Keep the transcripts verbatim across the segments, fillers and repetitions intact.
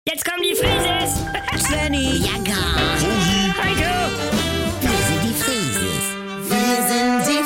Jetzt kommen die Frises! Svenny, Ja, gar. Heiko! Wir sind die Frieses. wir sind die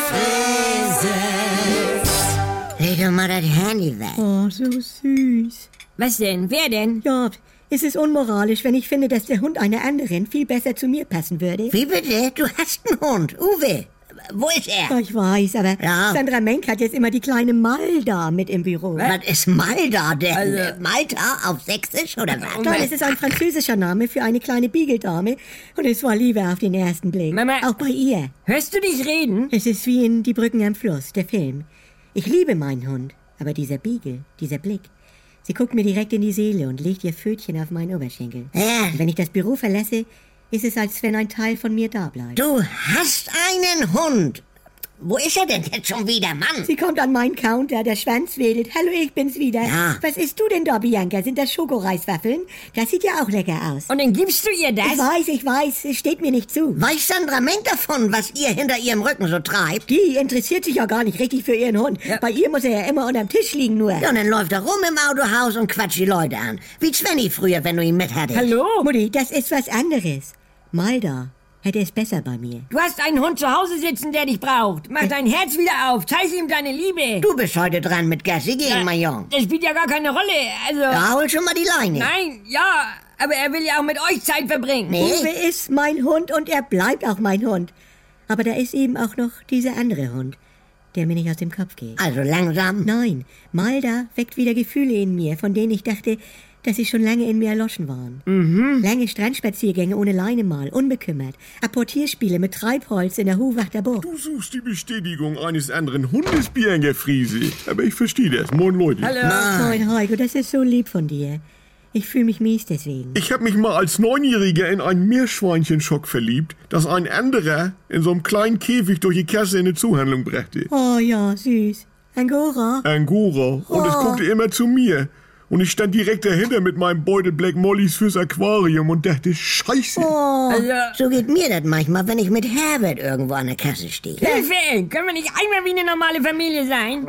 Frises. Leg doch mal das Handy weg. Oh, so süß. Was denn? Wer denn? Ja, ist es unmoralisch, wenn ich finde, dass der Hund einer anderen viel besser zu mir passen würde? Wie bitte? Du hast einen Hund. Uwe. Wo ist Ja, er? ich weiß, aber Ja. Sandra Menk hat jetzt immer die kleine Malda mit im Büro. Was ist Malda denn? Also- Malta auf Sächsisch oder was? Nein, es ist ein französischer Name für eine kleine Beagle-Dame und es war Liebe auf den ersten Blick. Mama. Auch bei ihr. Hörst du dich reden? Es ist wie in Die Brücken am Fluss, der Film. Ich liebe meinen Hund, aber dieser Beagle, dieser Blick. Sie guckt mir direkt in die Seele und legt ihr Pfötchen auf meinen Oberschenkel. Ja. Und wenn ich das Büro verlasse, ist es, als wenn ein Teil von mir da bleibt. Du hast einen Hund. Wo ist er denn jetzt schon wieder, Mann? Sie kommt an meinen Counter, der Schwanz wedelt. Hallo, ich bin's wieder. Ja. Was isst du denn da, Bianca? Sind das Schokoreiswaffeln? Das sieht ja auch lecker aus. Und dann gibst du ihr Ich das? weiß, ich weiß, es steht mir nicht zu. Weiß Sandra Menk davon, was ihr hinter ihrem Rücken so treibt? Die interessiert sich ja gar nicht richtig für ihren Hund. Bei ihr muss er ja immer unterm Tisch liegen nur. Ja, und dann läuft er rum im Autohaus und quatscht die Leute an. Wie Svenny früher, wenn du ihn mit hattest. Hallo? Mutti, das ist was anderes. Malda hätte es besser bei mir. Du hast einen Hund zu Hause sitzen, der dich braucht. Mach dein Herz wieder auf. Zeig ihm deine Liebe. Du bist heute dran mit Gassi gehen, mein Junge. Das spielt ja gar keine Rolle. Also... Ja, hol schon mal die Leine. Nein, ja, aber er will ja auch mit euch Zeit verbringen. Nee. Uwe ist mein Hund und er bleibt auch mein Hund. Aber da ist eben auch noch dieser andere Hund, der mir nicht aus dem Kopf geht. Also langsam. Nein, Malda weckt wieder Gefühle in mir, von denen ich dachte, dass sie schon lange in mir erloschen waren. Mhm. Lange Strandspaziergänge ohne Leine mal, unbekümmert. Apportierspiele mit Treibholz in der Huwachter Bucht. Du suchst die Bestätigung eines anderen Hundes, Bianca Friese. Aber ich verstehe das. Moin, Leute. Hallo. Moin, Heiko, das ist so lieb von dir. Ich fühle mich mies deswegen. Ich habe mich mal als Neunjähriger in ein Meerschweinchenschock verliebt, das ein anderer in so einem kleinen Käfig durch die Kasse in die Zuhandlung brachte. Oh ja, süß. Angora? Angora. Und es guckte immer zu mir. Und ich stand direkt dahinter mit meinem Beutel Black Mollys fürs Aquarium und dachte, Scheiße. Also, So geht mir das manchmal, wenn ich mit Herbert irgendwo an der Kasse stehe. Hilfe! Können wir nicht einmal wie eine normale Familie sein?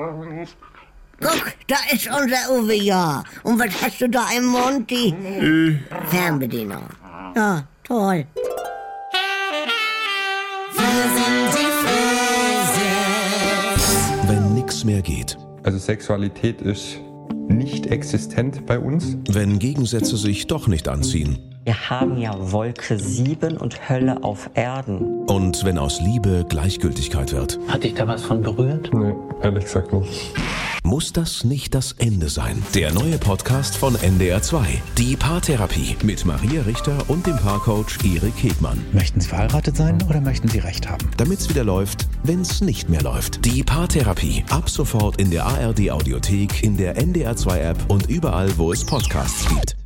Guck, da ist unser Uwe, ja. Und was hast du da im Mund? Die Äh, Fernbedienung. Ja, toll. Wenn nix mehr geht. Also Sexualität ist nicht existent bei uns. Wenn Gegensätze sich doch nicht anziehen. Wir haben ja Wolke sieben und Hölle auf Erden. Und wenn aus Liebe Gleichgültigkeit wird. Hat dich da was von berührt? Nee, ehrlich gesagt nicht. Muss das nicht das Ende sein? Der neue Podcast von N D R zwei. Die Paartherapie mit Maria Richter und dem Paarcoach Erik Hegmann. Möchten Sie verheiratet sein oder möchten Sie Recht haben? Damit's wieder läuft, wenn's nicht mehr läuft. Die Paartherapie. Ab sofort in der A R D Audiothek, in der N D R zwei App und überall, wo es Podcasts gibt.